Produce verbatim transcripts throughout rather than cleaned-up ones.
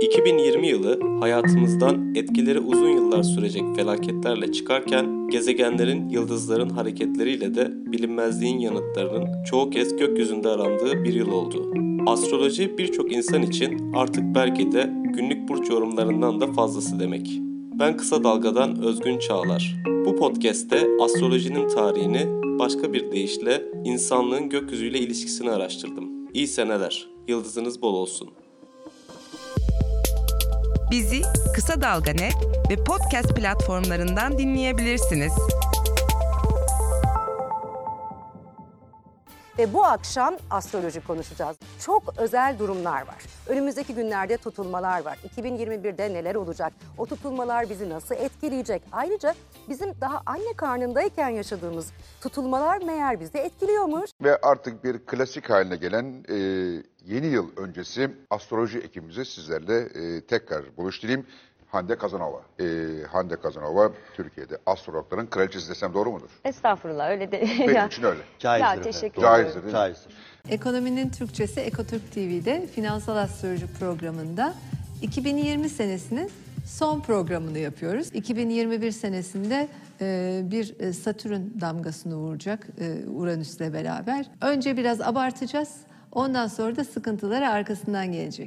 iki bin yirmi yılı hayatımızdan etkileri uzun yıllar sürecek felaketlerle çıkarken gezegenlerin, yıldızların hareketleriyle de bilinmezliğin yanıtlarının çoğu kez gökyüzünde arandığı bir yıl oldu. Astroloji birçok insan için artık belki de günlük burç yorumlarından da fazlası demek. Ben Kısa Dalga'dan Özgün Çağlar. Bu podcast'te astrolojinin tarihini, başka bir deyişle insanlığın gökyüzüyle ilişkisini araştırdım. İyi seneler, yıldızınız bol olsun. Bizi Kısa Dalga Net ve podcast platformlarından dinleyebilirsiniz. Ve bu akşam astroloji konuşacağız. Çok özel durumlar var. Önümüzdeki günlerde tutulmalar var. iki bin yirmi birde neler olacak? O tutulmalar bizi nasıl etkileyecek? Ayrıca bizim daha anne karnındayken yaşadığımız tutulmalar meğer bizi etkiliyormuş. Ve artık bir klasik haline gelen e, yeni yıl öncesi astroloji ekibimizi sizlerle e, tekrar buluşturayım. Hande Kazanova. Ee, Hande Kazanova Türkiye'de astrologların kraliçesi desem doğru mudur? Estağfurullah öyle de. Benim için öyle. Ya Caizdir. teşekkür Caizdir, ederim. değil mi? Caizdir. Ekonominin Türkçesi Ekotürk T V'de Finansal Astroloji programında iki bin yirmi senesinin son programını yapıyoruz. iki bin yirmi bir senesinde e, bir Satürn damgasını vuracak e, Uranüs'le beraber. Önce biraz abartacağız, ondan sonra da sıkıntıları arkasından gelecek.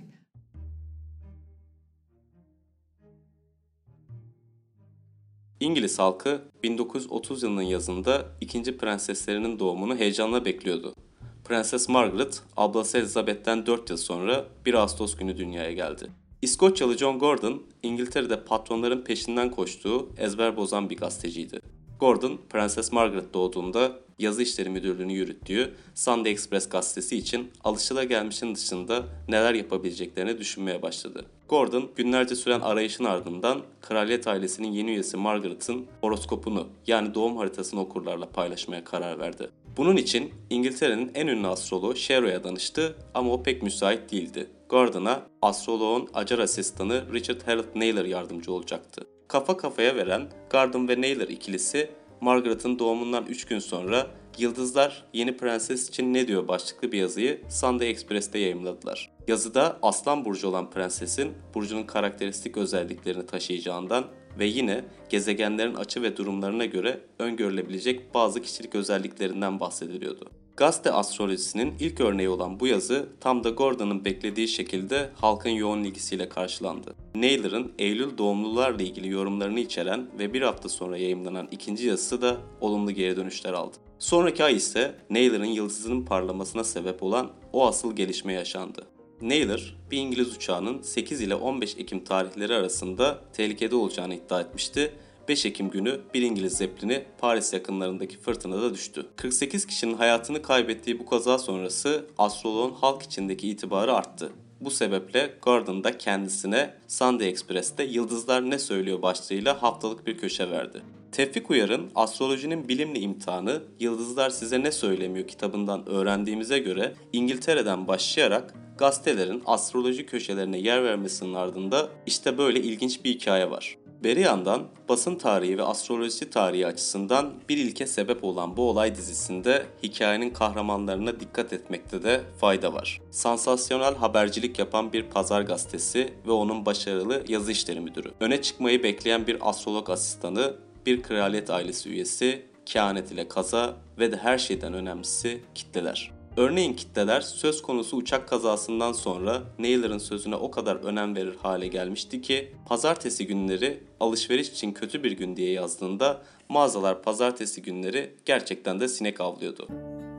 İngiliz halkı bin dokuz yüz otuz yılının yazında ikinci prenseslerinin doğumunu heyecanla bekliyordu. Prenses Margaret, ablası Elizabeth'ten dört yıl sonra bir Ağustos günü dünyaya geldi. İskoçyalı John Gordon, İngiltere'de patronların peşinden koştuğu, ezber bozan bir gazeteciydi. Gordon, Prenses Margaret doğduğunda yazı işleri müdürlüğünü yürüttüğü Sunday Express gazetesi için alışılagelmişin dışında neler yapabileceklerini düşünmeye başladı. Gordon, günlerce süren arayışın ardından kraliyet ailesinin yeni üyesi Margaret'ın horoskopunu, yani doğum haritasını okurlarla paylaşmaya karar verdi. Bunun için İngiltere'nin en ünlü astroloğu Shero'ya danıştı ama o pek müsait değildi. Gordon'a astroloğun acar asistanı Richard Harold Naylor yardımcı olacaktı. Kafa kafaya veren Gordon ve Naylor ikilisi Margaret'ın doğumundan üç gün sonra Yıldızlar Yeni Prenses için ne diyor başlıklı bir yazıyı Sunday Express'te yayımladılar. Yazıda Aslan burcu olan prensesin burcunun karakteristik özelliklerini taşıyacağından ve yine gezegenlerin açı ve durumlarına göre öngörülebilecek bazı kişilik özelliklerinden bahsediliyordu. Gazete astrolojisinin ilk örneği olan bu yazı tam da Gordon'un beklediği şekilde halkın yoğun ilgisiyle karşılandı. Naylor'ın Eylül doğumlularla ilgili yorumlarını içeren ve bir hafta sonra yayımlanan ikinci yazısı da olumlu geri dönüşler aldı. Sonraki ay ise Naylor'ın yıldızının parlamasına sebep olan o asıl gelişme yaşandı. Naylor, bir İngiliz uçağının sekiz ile on beş Ekim tarihleri arasında tehlikede olacağını iddia etmişti. beş Ekim günü bir İngiliz zeplini Paris yakınlarındaki fırtınada düştü. kırk sekiz kişinin hayatını kaybettiği bu kaza sonrası astroloğun halk içindeki itibarı arttı. Bu sebeple Gordon da kendisine Sunday Express'te Yıldızlar Ne Söylüyor başlığıyla haftalık bir köşe verdi. Tevfik Uyar'ın Astrolojinin Bilimli İmtihanı Yıldızlar Size Ne Söylemiyor kitabından öğrendiğimize göre İngiltere'den başlayarak gazetelerin astroloji köşelerine yer vermesinin ardında işte böyle ilginç bir hikaye var. Beri yandan basın tarihi ve astroloji tarihi açısından bir ilke sebep olan bu olay dizisinde hikayenin kahramanlarına dikkat etmekte de fayda var. Sansasyonel habercilik yapan bir pazar gazetesi ve onun başarılı yazı işleri müdürü. Öne çıkmayı bekleyen bir astrolog asistanı, bir kraliyet ailesi üyesi, kehanet ile kaza ve de her şeyden önemlisi kitleler. Örneğin kitleler söz konusu uçak kazasından sonra Naylor'ın sözüne o kadar önem verir hale gelmişti ki pazartesi günleri alışveriş için kötü bir gün diye yazdığında mağazalar pazartesi günleri gerçekten de sinek avlıyordu.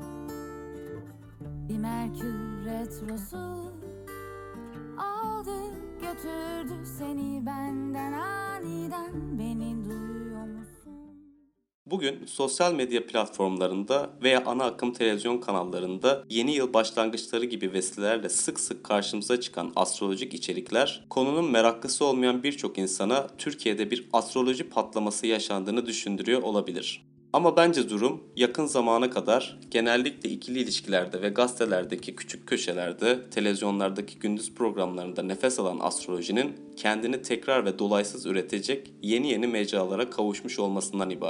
Bir Merkür retrosu aldı götürdü seni benden aniden, beni duyuyor musun? Bugün sosyal medya platformlarında veya ana akım televizyon kanallarında yeni yıl başlangıçları gibi vesilelerle sık sık karşımıza çıkan astrolojik içerikler, konunun meraklısı olmayan birçok insana Türkiye'de bir astroloji patlaması yaşandığını düşündürüyor olabilir. Ama bence durum yakın zamana kadar genellikle ikili ilişkilerde ve gazetelerdeki küçük köşelerde, televizyonlardaki gündüz programlarında nefes alan astrolojinin kendini tekrar ve dolaysız üretecek yeni yeni mecralara kavuşmuş olmasından ibaret.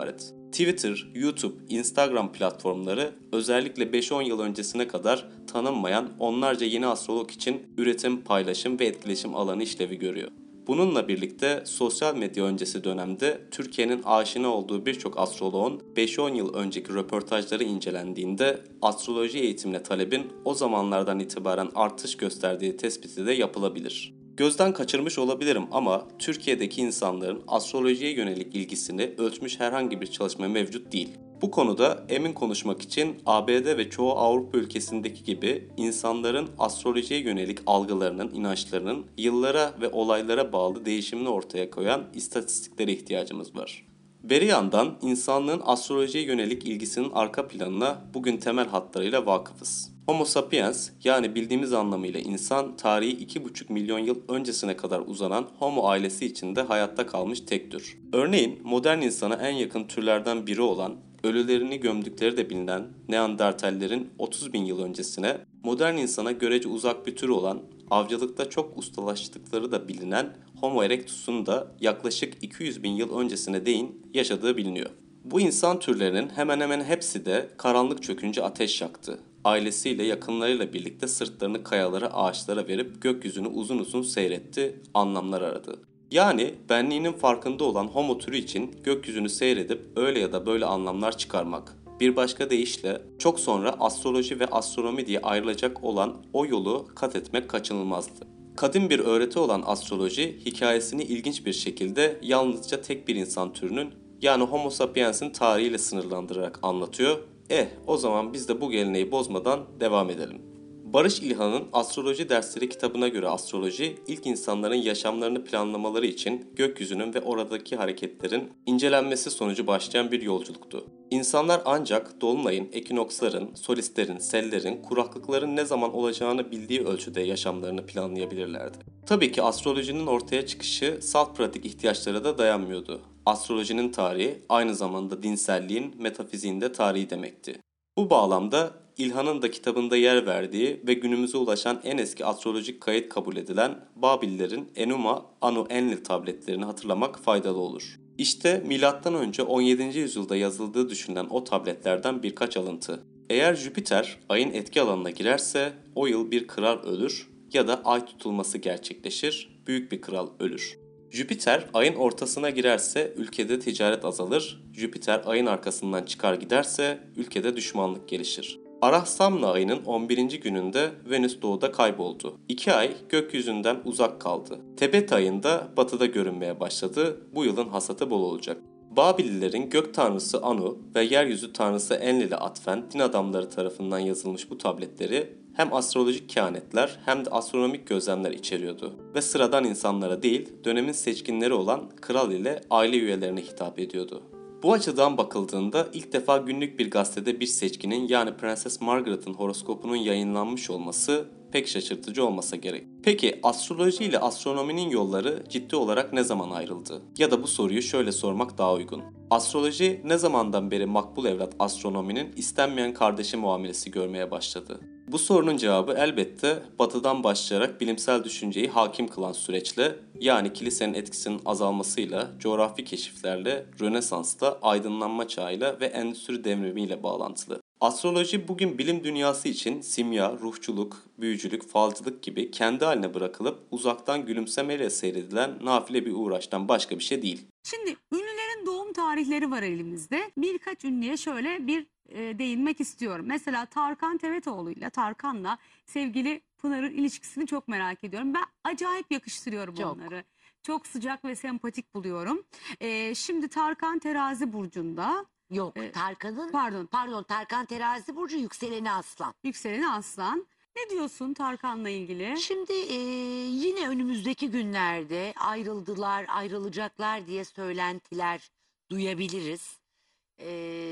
Twitter, YouTube, Instagram platformları özellikle beş on yıl öncesine kadar tanınmayan onlarca yeni astrolog için üretim, paylaşım ve etkileşim alanı işlevi görüyor. Bununla birlikte sosyal medya öncesi dönemde Türkiye'nin aşina olduğu birçok astroloğun beş on yıl önceki röportajları incelendiğinde astroloji eğitimine talebin o zamanlardan itibaren artış gösterdiği tespiti de yapılabilir. Gözden kaçırmış olabilirim ama Türkiye'deki insanların astrolojiye yönelik ilgisini ölçmüş herhangi bir çalışma mevcut değil. Bu konuda emin konuşmak için A B D ve çoğu Avrupa ülkesindeki gibi insanların astrolojiye yönelik algılarının, inançlarının yıllara ve olaylara bağlı değişimini ortaya koyan istatistiklere ihtiyacımız var. Beri yandan insanlığın astrolojiye yönelik ilgisinin arka planına bugün temel hatlarıyla vakıfız. Homo sapiens yani bildiğimiz anlamıyla insan tarihi iki buçuk milyon yıl öncesine kadar uzanan Homo ailesi içinde hayatta kalmış tek tür. Örneğin modern insana en yakın türlerden biri olan, ölülerini gömdükleri de bilinen Neandertallerin otuz bin yıl öncesine, modern insana görece uzak bir tür olan, avcılıkta çok ustalaştıkları da bilinen Homo erectus'un da yaklaşık iki yüz bin yıl öncesine değin yaşadığı biliniyor. Bu insan türlerinin hemen hemen hepsi de karanlık çökünce ateş yaktı. Ailesiyle, yakınlarıyla birlikte sırtlarını kayalara, ağaçlara verip gökyüzünü uzun uzun seyretti, anlamlar aradı. Yani benliğinin farkında olan Homo türü için gökyüzünü seyredip öyle ya da böyle anlamlar çıkarmak. Bir başka deyişle çok sonra astroloji ve astronomi diye ayrılacak olan o yolu kat etmek kaçınılmazdı. Kadim bir öğreti olan astroloji hikayesini ilginç bir şekilde yalnızca tek bir insan türünün yani Homo sapiens'in tarihiyle sınırlandırarak anlatıyor. Eh o zaman biz de bu geleneği bozmadan devam edelim. Barış İlhan'ın Astroloji Dersleri kitabına göre astroloji, ilk insanların yaşamlarını planlamaları için gökyüzünün ve oradaki hareketlerin incelenmesi sonucu başlayan bir yolculuktu. İnsanlar ancak dolunayın, ekinoksların, solistlerin, sellerin, kuraklıkların ne zaman olacağını bildiği ölçüde yaşamlarını planlayabilirlerdi. Tabii ki astrolojinin ortaya çıkışı salt pratik ihtiyaçlara da dayanmıyordu. Astrolojinin tarihi aynı zamanda dinselliğin, metafiziğin de tarihi demekti. Bu bağlamda İlhan'ın da kitabında yer verdiği ve günümüze ulaşan en eski astrolojik kayıt kabul edilen Babillerin Enuma Anu Enlil tabletlerini hatırlamak faydalı olur. İşte milattan önce on yedinci yüzyılda yazıldığı düşünülen o tabletlerden birkaç alıntı. Eğer Jüpiter ayın etki alanına girerse o yıl bir kral ölür ya da ay tutulması gerçekleşir, büyük bir kral ölür. Jüpiter ayın ortasına girerse ülkede ticaret azalır, Jüpiter ayın arkasından çıkar giderse ülkede düşmanlık gelişir. Arah-Samna ayının on birinci gününde Venüs doğuda kayboldu. İki ay gökyüzünden uzak kaldı. Tebet ayında batıda görünmeye başladı, bu yılın hasatı bol olacak. Babililerin gök tanrısı Anu ve yeryüzü tanrısı Enlil'e atfen din adamları tarafından yazılmış bu tabletleri hem astrolojik kehanetler hem de astronomik gözlemler içeriyordu ve sıradan insanlara değil dönemin seçkinleri olan kral ile aile üyelerine hitap ediyordu. Bu açıdan bakıldığında ilk defa günlük bir gazetede bir seçkinin yani Prenses Margaret'ın horoskopunun yayınlanmış olması pek şaşırtıcı olmasa gerek. Peki astroloji ile astronominin yolları ciddi olarak ne zaman ayrıldı? Ya da bu soruyu şöyle sormak daha uygun. Astroloji ne zamandan beri makbul evlat astronominin istenmeyen kardeşi muamelesi görmeye başladı? Bu sorunun cevabı elbette batıdan başlayarak bilimsel düşünceyi hakim kılan süreçle yani kilisenin etkisinin azalmasıyla, coğrafi keşiflerle, Rönesans'ta aydınlanma çağıyla ve endüstri devrimiyle bağlantılı. Astroloji bugün bilim dünyası için simya, ruhçuluk, büyücülük, falcılık gibi kendi haline bırakılıp uzaktan gülümsemeyle seyredilen nafile bir uğraştan başka bir şey değil. Şimdi ünlülerin doğum tarihleri var elimizde. Birkaç ünlüye şöyle bir e, değinmek istiyorum. Mesela Tarkan Tevetoğlu ile Tarkan'la sevgili Pınar'ın ilişkisini çok merak ediyorum. Ben acayip yakıştırıyorum Çok. onları. Çok sıcak ve sempatik buluyorum. E, şimdi Tarkan Terazi burcunda. Yok Ee, Tarkan'ın Pardon, pardon Tarkan Terazi burcu, yükseleni Aslan. yükseleni Aslan. Ne diyorsun Tarkan'la ilgili? Şimdi e, yine önümüzdeki günlerde ayrıldılar, ayrılacaklar diye söylentiler duyabiliriz. E,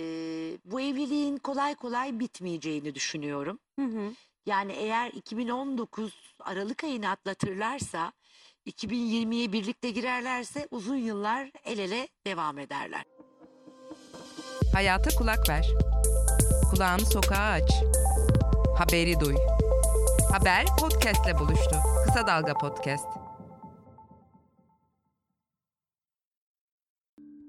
bu evliliğin kolay kolay bitmeyeceğini düşünüyorum. Hı hı. Yani eğer iki bin on dokuz Aralık ayını atlatırlarsa, iki bin yirmiye birlikte girerlerse uzun yıllar el ele devam ederler. Hayata kulak ver. Kulağını sokağa aç. Haberi duy. Haber podcast'le buluştu. Kısa Dalga Podcast.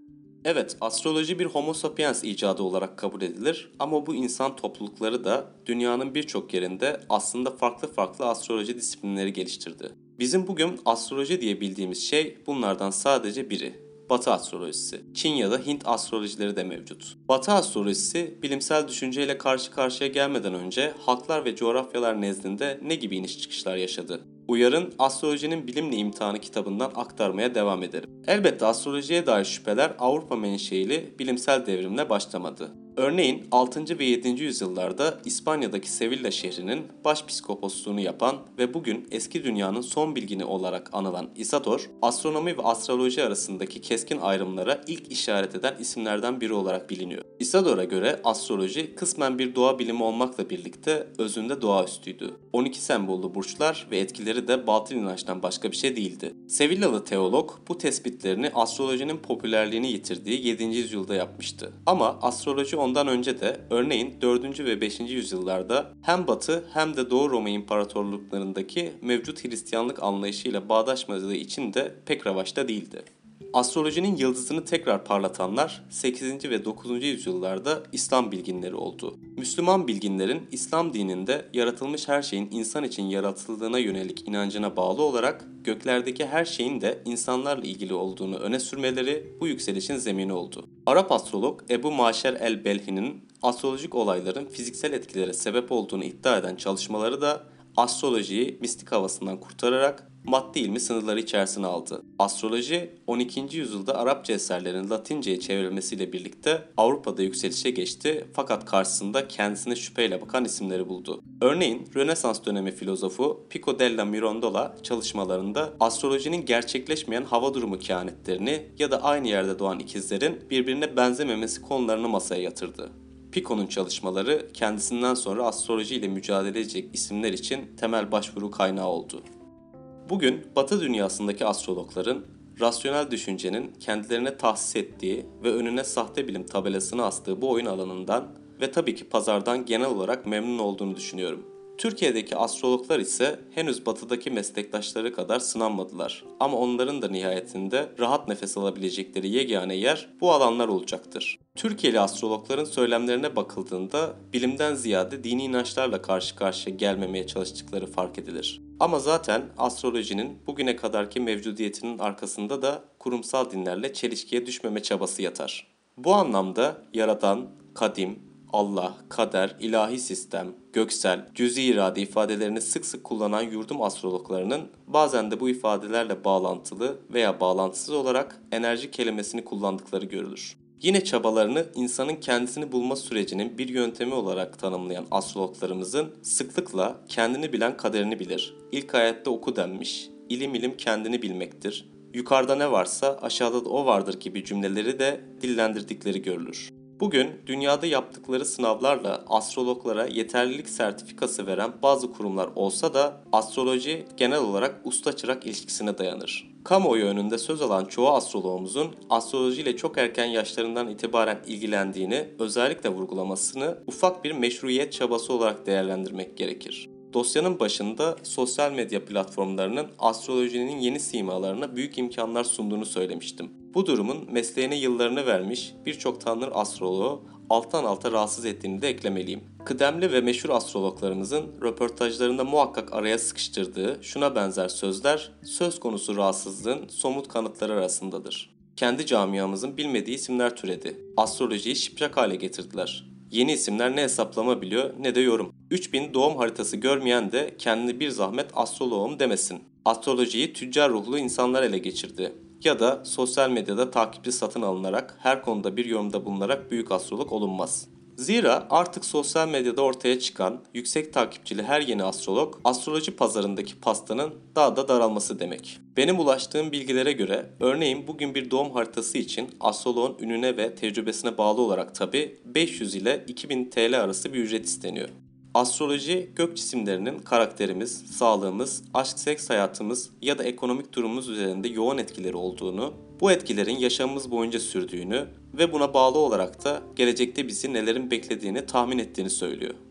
Evet, astroloji bir Homo sapiens icadı olarak kabul edilir ama bu insan toplulukları da dünyanın birçok yerinde aslında farklı farklı astroloji disiplinleri geliştirdi. Bizim bugün astroloji diye bildiğimiz şey bunlardan sadece biri. Batı astrolojisi. Çin ya da Hint astrolojileri de mevcut. Batı astrolojisi bilimsel düşünceyle karşı karşıya gelmeden önce halklar ve coğrafyalar nezdinde ne gibi iniş çıkışlar yaşadı? Uyarın, Astrolojinin Bilimle İmtihanı kitabından aktarmaya devam ederim. Elbette astrolojiye dair şüpheler Avrupa menşeili bilimsel devrimle başlamadı. Örneğin altıncı ve yedinci yüzyıllarda İspanya'daki Sevilla şehrinin başpiskoposluğunu yapan ve bugün eski dünyanın son bilgini olarak anılan Isidor, astronomi ve astroloji arasındaki keskin ayrımlara ilk işaret eden isimlerden biri olarak biliniyor. Isidor'a göre astroloji kısmen bir doğa bilimi olmakla birlikte özünde doğaüstüydü. on iki sembollü burçlar ve etkileri de batıl inançtan başka bir şey değildi. Sevillalı teolog bu tespitlerini astrolojinin popülerliğini yitirdiği yedinci yüzyılda yapmıştı. Ama astroloji ondan önce de örneğin dördüncü ve beşinci yüzyıllarda hem Batı hem de Doğu Roma İmparatorluklarındaki mevcut Hristiyanlık anlayışıyla bağdaşmadığı için de pek revaçta değildi. Astrolojinin yıldızını tekrar parlatanlar sekizinci ve dokuzuncu yüzyıllarda İslam bilginleri oldu. Müslüman bilginlerin İslam dininde yaratılmış her şeyin insan için yaratıldığına yönelik inancına bağlı olarak göklerdeki her şeyin de insanlarla ilgili olduğunu öne sürmeleri bu yükselişin zemini oldu. Arap astrolog Ebu Maşer el-Belhi'nin astrolojik olayların fiziksel etkilere sebep olduğunu iddia eden çalışmaları da astrolojiyi mistik havasından kurtararak maddi ilmi sınırları içerisine aldı. Astroloji on ikinci yüzyılda Arapça eserlerin Latinceye çevrilmesiyle birlikte Avrupa'da yükselişe geçti fakat karşısında kendisine şüpheyle bakan isimleri buldu. Örneğin Rönesans dönemi filozofu Pico della Mirandola çalışmalarında astrolojinin gerçekleşmeyen hava durumu kehanetlerini ya da aynı yerde doğan ikizlerin birbirine benzememesi konularını masaya yatırdı. Pico'nun çalışmaları kendisinden sonra astroloji ile mücadele edecek isimler için temel başvuru kaynağı oldu. Bugün Batı dünyasındaki astrologların rasyonel düşüncenin kendilerine tahsis ettiği ve önüne sahte bilim tabelasını astığı bu oyun alanından ve tabii ki pazardan genel olarak memnun olduğunu düşünüyorum. Türkiye'deki astrologlar ise henüz batıdaki meslektaşları kadar sınanmadılar. Ama onların da nihayetinde rahat nefes alabilecekleri yegane yer bu alanlar olacaktır. Türkiye'li astrologların söylemlerine bakıldığında bilimden ziyade dini inançlarla karşı karşıya gelmemeye çalıştıkları fark edilir. Ama zaten astrolojinin bugüne kadarki mevcudiyetinin arkasında da kurumsal dinlerle çelişkiye düşmeme çabası yatar. Bu anlamda yaradan, kadim, Allah, kader, ilahi sistem, göksel, cüz-i irade ifadelerini sık sık kullanan yurdum astrologlarının bazen de bu ifadelerle bağlantılı veya bağlantısız olarak enerji kelimesini kullandıkları görülür. Yine çabalarını insanın kendisini bulma sürecinin bir yöntemi olarak tanımlayan astrologlarımızın sıklıkla kendini bilen kaderini bilir, ilk ayette oku denmiş, ilim ilim kendini bilmektir, yukarıda ne varsa aşağıda da o vardır gibi cümleleri de dillendirdikleri görülür. Bugün dünyada yaptıkları sınavlarla astrologlara yeterlilik sertifikası veren bazı kurumlar olsa da astroloji genel olarak usta çırak ilişkisine dayanır. Kamuoyu önünde söz alan çoğu astrologumuzun astrolojiyle çok erken yaşlarından itibaren ilgilendiğini, özellikle vurgulamasını ufak bir meşruiyet çabası olarak değerlendirmek gerekir. Dosyanın başında sosyal medya platformlarının astrolojinin yeni simalarına büyük imkanlar sunduğunu söylemiştim. Bu durumun mesleğine yıllarını vermiş birçok tanınır astroloğu alttan alta rahatsız ettiğini de eklemeliyim. Kıdemli ve meşhur astrologlarımızın röportajlarında muhakkak araya sıkıştırdığı şuna benzer sözler söz konusu rahatsızlığın somut kanıtları arasındadır. Kendi camiamızın bilmediği isimler türedi. Astrolojiyi şipşak hale getirdiler. Yeni isimler ne hesaplama biliyor ne de yorum. üç bin doğum haritası görmeyen de kendini bir zahmet astroloğum demesin. Astrolojiyi tüccar ruhlu insanlar ele geçirdi. Ya da sosyal medyada takipçi satın alınarak her konuda bir yorumda bulunarak büyük astrolog olunmaz. Zira artık sosyal medyada ortaya çıkan yüksek takipçili her yeni astrolog, astroloji pazarındaki pastanın daha da daralması demek. Benim ulaştığım bilgilere göre, örneğin bugün bir doğum haritası için astroloğun ününe ve tecrübesine bağlı olarak tabi beş yüz ile iki bin TL arası bir ücret isteniyor. Astroloji, gök cisimlerinin karakterimiz, sağlığımız, aşk seks hayatımız ya da ekonomik durumumuz üzerinde yoğun etkileri olduğunu, bu etkilerin yaşamımız boyunca sürdüğünü ve buna bağlı olarak da gelecekte bizi nelerin beklediğini tahmin ettiğini söylüyor.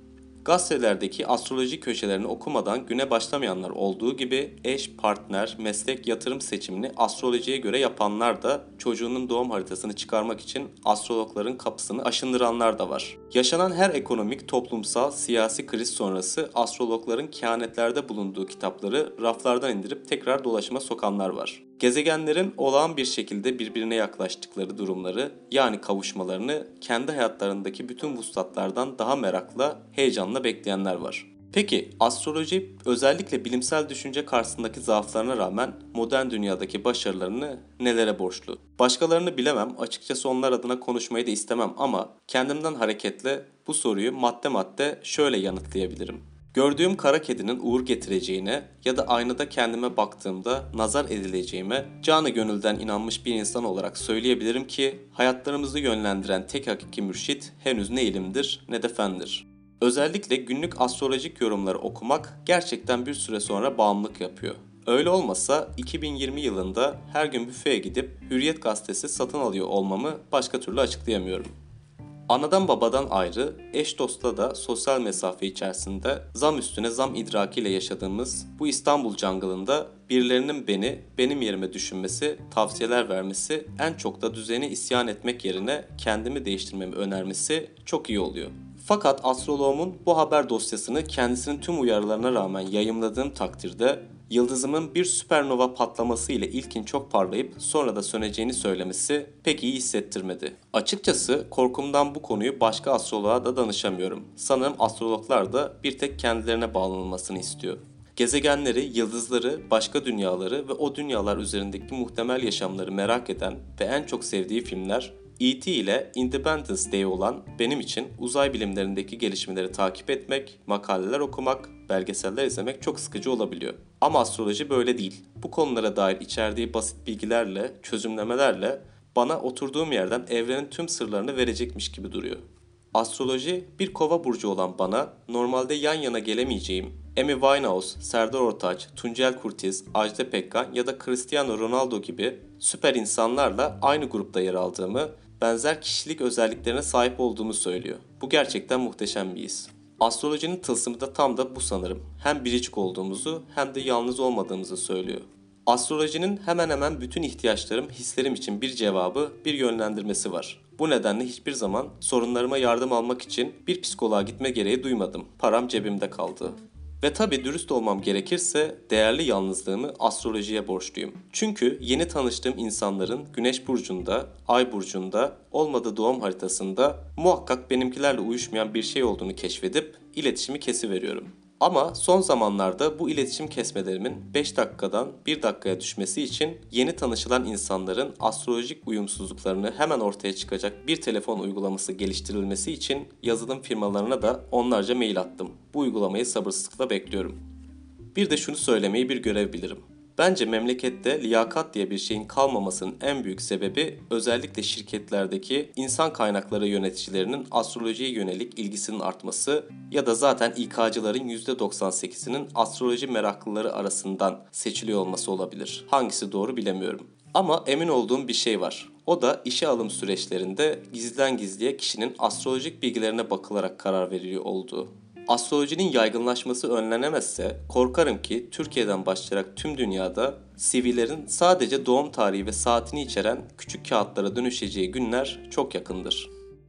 Gazetelerdeki astroloji köşelerini okumadan güne başlamayanlar olduğu gibi eş, partner, meslek, yatırım seçimini astrolojiye göre yapanlar da çocuğunun doğum haritasını çıkarmak için astrologların kapısını aşındıranlar da var. Yaşanan her ekonomik, toplumsal, siyasi kriz sonrası astrologların kehanetlerde bulunduğu kitapları raflardan indirip tekrar dolaşıma sokanlar var. Gezegenlerin olağan bir şekilde birbirine yaklaştıkları durumları, yani kavuşmalarını kendi hayatlarındaki bütün vuslatlardan daha merakla, heyecanla bekleyenler var. Peki astroloji özellikle bilimsel düşünce karşısındaki zaaflarına rağmen modern dünyadaki başarılarını nelere borçlu? Başkalarını bilemem, açıkçası onlar adına konuşmayı da istemem ama kendimden hareketle bu soruyu madde madde şöyle yanıtlayabilirim. Gördüğüm kara kedinin uğur getireceğine ya da aynada kendime baktığımda nazar edileceğime canı gönülden inanmış bir insan olarak söyleyebilirim ki hayatlarımızı yönlendiren tek hakiki mürşit henüz ne ilimdir ne de fendir. Özellikle günlük astrolojik yorumları okumak gerçekten bir süre sonra bağımlılık yapıyor. Öyle olmasa iki bin yirmi yılında her gün büfeye gidip Hürriyet gazetesi satın alıyor olmamı başka türlü açıklayamıyorum. Anadan babadan ayrı, eş dostla da sosyal mesafe içerisinde zam üstüne zam idrakiyle yaşadığımız bu İstanbul jungle'ında birilerinin beni, benim yerime düşünmesi, tavsiyeler vermesi, en çok da düzeni isyan etmek yerine kendimi değiştirmemi önermesi çok iyi oluyor. Fakat astroloğumun bu haber dosyasını kendisinin tüm uyarılarına rağmen yayımladığım takdirde yıldızımın bir süpernova patlaması ile ilkin çok parlayıp sonra da söneceğini söylemesi pek iyi hissettirmedi. Açıkçası korkumdan bu konuyu başka astroloğa da danışamıyorum. Sanırım astrologlar da bir tek kendilerine bağlanılmasını istiyor. Gezegenleri, yıldızları, başka dünyaları ve o dünyalar üzerindeki muhtemel yaşamları merak eden ve en çok sevdiği filmler E T ile Independence Day olan benim için uzay bilimlerindeki gelişmeleri takip etmek, makaleler okumak, belgeseller izlemek çok sıkıcı olabiliyor. Ama astroloji böyle değil. Bu konulara dair içerdiği basit bilgilerle, çözümlemelerle bana oturduğum yerden evrenin tüm sırlarını verecekmiş gibi duruyor. Astroloji bir kova burcu olan bana normalde yan yana gelemeyeceğim Amy Winehouse, Serdar Ortaç, Tuncel Kurtiz, Ajda Pekkan ya da Cristiano Ronaldo gibi süper insanlarla aynı grupta yer aldığımı, benzer kişilik özelliklerine sahip olduğumu söylüyor. Bu gerçekten muhteşem bir his. Astrolojinin tılsımı da tam da bu sanırım. Hem biricik olduğumuzu hem de yalnız olmadığımızı söylüyor. Astrolojinin hemen hemen bütün ihtiyaçlarım, hislerim için bir cevabı, bir yönlendirmesi var. Bu nedenle hiçbir zaman sorunlarıma yardım almak için bir psikoloğa gitme gereği duymadım. Param cebimde kaldı. Ve tabii dürüst olmam gerekirse değerli yalnızlığımı astrolojiye borçluyum. Çünkü yeni tanıştığım insanların Güneş burcunda, Ay burcunda, olmadığı doğum haritasında muhakkak benimkilerle uyuşmayan bir şey olduğunu keşfedip iletişimi kesiveriyorum. Ama son zamanlarda bu iletişim kesmelerimin beş dakikadan bir dakikaya düşmesi için yeni tanışılan insanların astrolojik uyumsuzluklarını hemen ortaya çıkacak bir telefon uygulaması geliştirilmesi için yazılım firmalarına da onlarca mail attım. Bu uygulamayı sabırsızlıkla bekliyorum. Bir de şunu söylemeyi bir görev bilirim. Bence memlekette liyakat diye bir şeyin kalmamasının en büyük sebebi özellikle şirketlerdeki insan kaynakları yöneticilerinin astrolojiye yönelik ilgisinin artması ya da zaten İK'cıların yüzde doksan sekizinin astroloji meraklıları arasından seçiliyor olması olabilir. Hangisi doğru bilemiyorum. Ama emin olduğum bir şey var. O da işe alım süreçlerinde gizliden gizliye kişinin astrolojik bilgilerine bakılarak karar veriliyor olduğu. Astrolojinin yaygınlaşması önlenemezse korkarım ki Türkiye'den başlayarak tüm dünyada C V'lerin sadece doğum tarihi ve saatini içeren küçük kağıtlara dönüşeceği günler çok yakındır.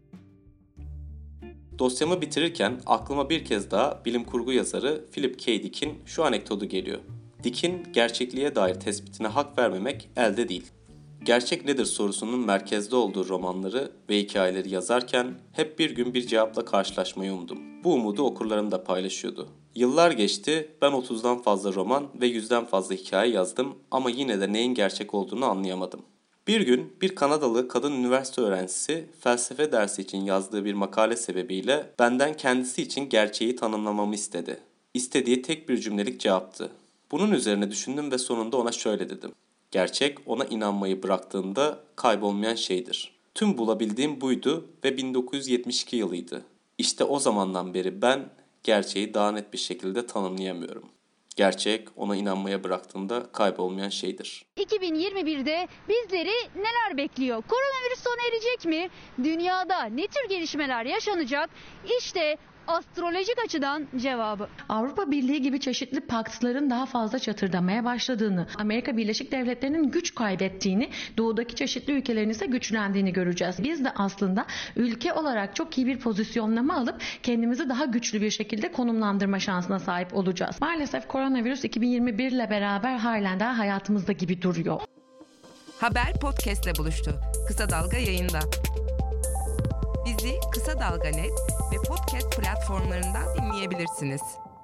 Dosyamı bitirirken aklıma bir kez daha bilim kurgu yazarı Philip K. Dick'in şu anekdotu geliyor. Dick'in gerçekliğe dair tespitine hak vermemek elde değil. Gerçek nedir sorusunun merkezde olduğu romanları ve hikayeleri yazarken hep bir gün bir cevapla karşılaşmayı umdum. Bu umudu okurlarım da paylaşıyordu. Yıllar geçti, ben otuzdan fazla roman ve yüzden fazla hikaye yazdım ama yine de neyin gerçek olduğunu anlayamadım. Bir gün bir Kanadalı kadın üniversite öğrencisi felsefe dersi için yazdığı bir makale sebebiyle benden kendisi için gerçeği tanımlamamı istedi. İstediği tek bir cümlelik cevaptı. Bunun üzerine düşündüm ve sonunda ona şöyle dedim. Gerçek ona inanmayı bıraktığında kaybolmayan şeydir. Tüm bulabildiğim buydu ve bin dokuz yüz yetmiş iki yılıydı. İşte o zamandan beri ben gerçeği daha net bir şekilde tanımlayamıyorum. Gerçek ona inanmaya bıraktığında kaybolmayan şeydir. iki bin yirmi birde bizleri neler bekliyor? Koronavirüs sona erecek mi? Dünyada ne tür gelişmeler yaşanacak? İşte astrolojik açıdan cevabı. Avrupa Birliği gibi çeşitli paktların daha fazla çatırdamaya başladığını, Amerika Birleşik Devletleri'nin güç kaybettiğini, doğudaki çeşitli ülkelerin ise güçlendiğini göreceğiz. Biz de aslında ülke olarak çok iyi bir pozisyonlama alıp kendimizi daha güçlü bir şekilde konumlandırma şansına sahip olacağız. Maalesef koronavirüs iki bin yirmi bir ile beraber halen daha hayatımızda gibi duruyor. Haber podcast'le buluştu. Kısa Dalga yayında. Bizi Kısa Dalga Net ve podcast platformlarından dinleyebilirsiniz.